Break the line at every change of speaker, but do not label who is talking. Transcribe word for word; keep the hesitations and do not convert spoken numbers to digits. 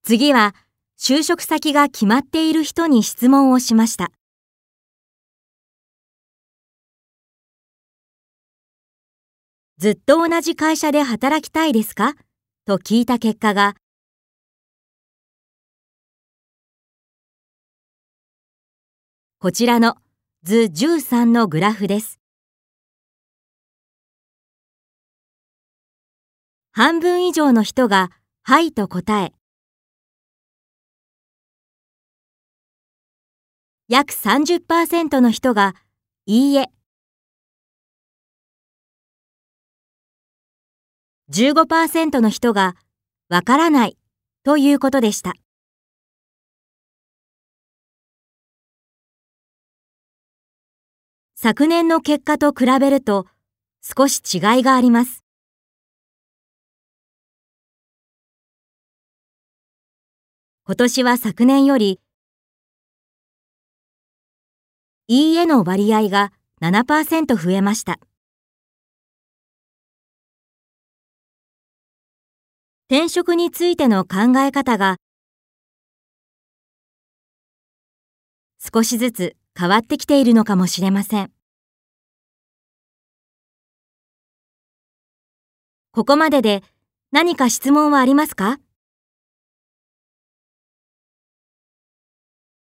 次は、就職先が決まっている人に質問をしました。ずっと同じ会社で働きたいですかと聞いた結果が、こちらの図じゅうさんのグラフです。半分以上の人がはいと答え、約 さんじゅっパーセント の人がいいえ、じゅうごパーセント の人がわからないということでした。昨年の結果と比べると少し違いがあります。今年は昨年よりいいえの割合が ななパーセント 増えました。転職についての考え方が少しずつ変わってきているのかもしれません。ここまでで何か質問はありますか？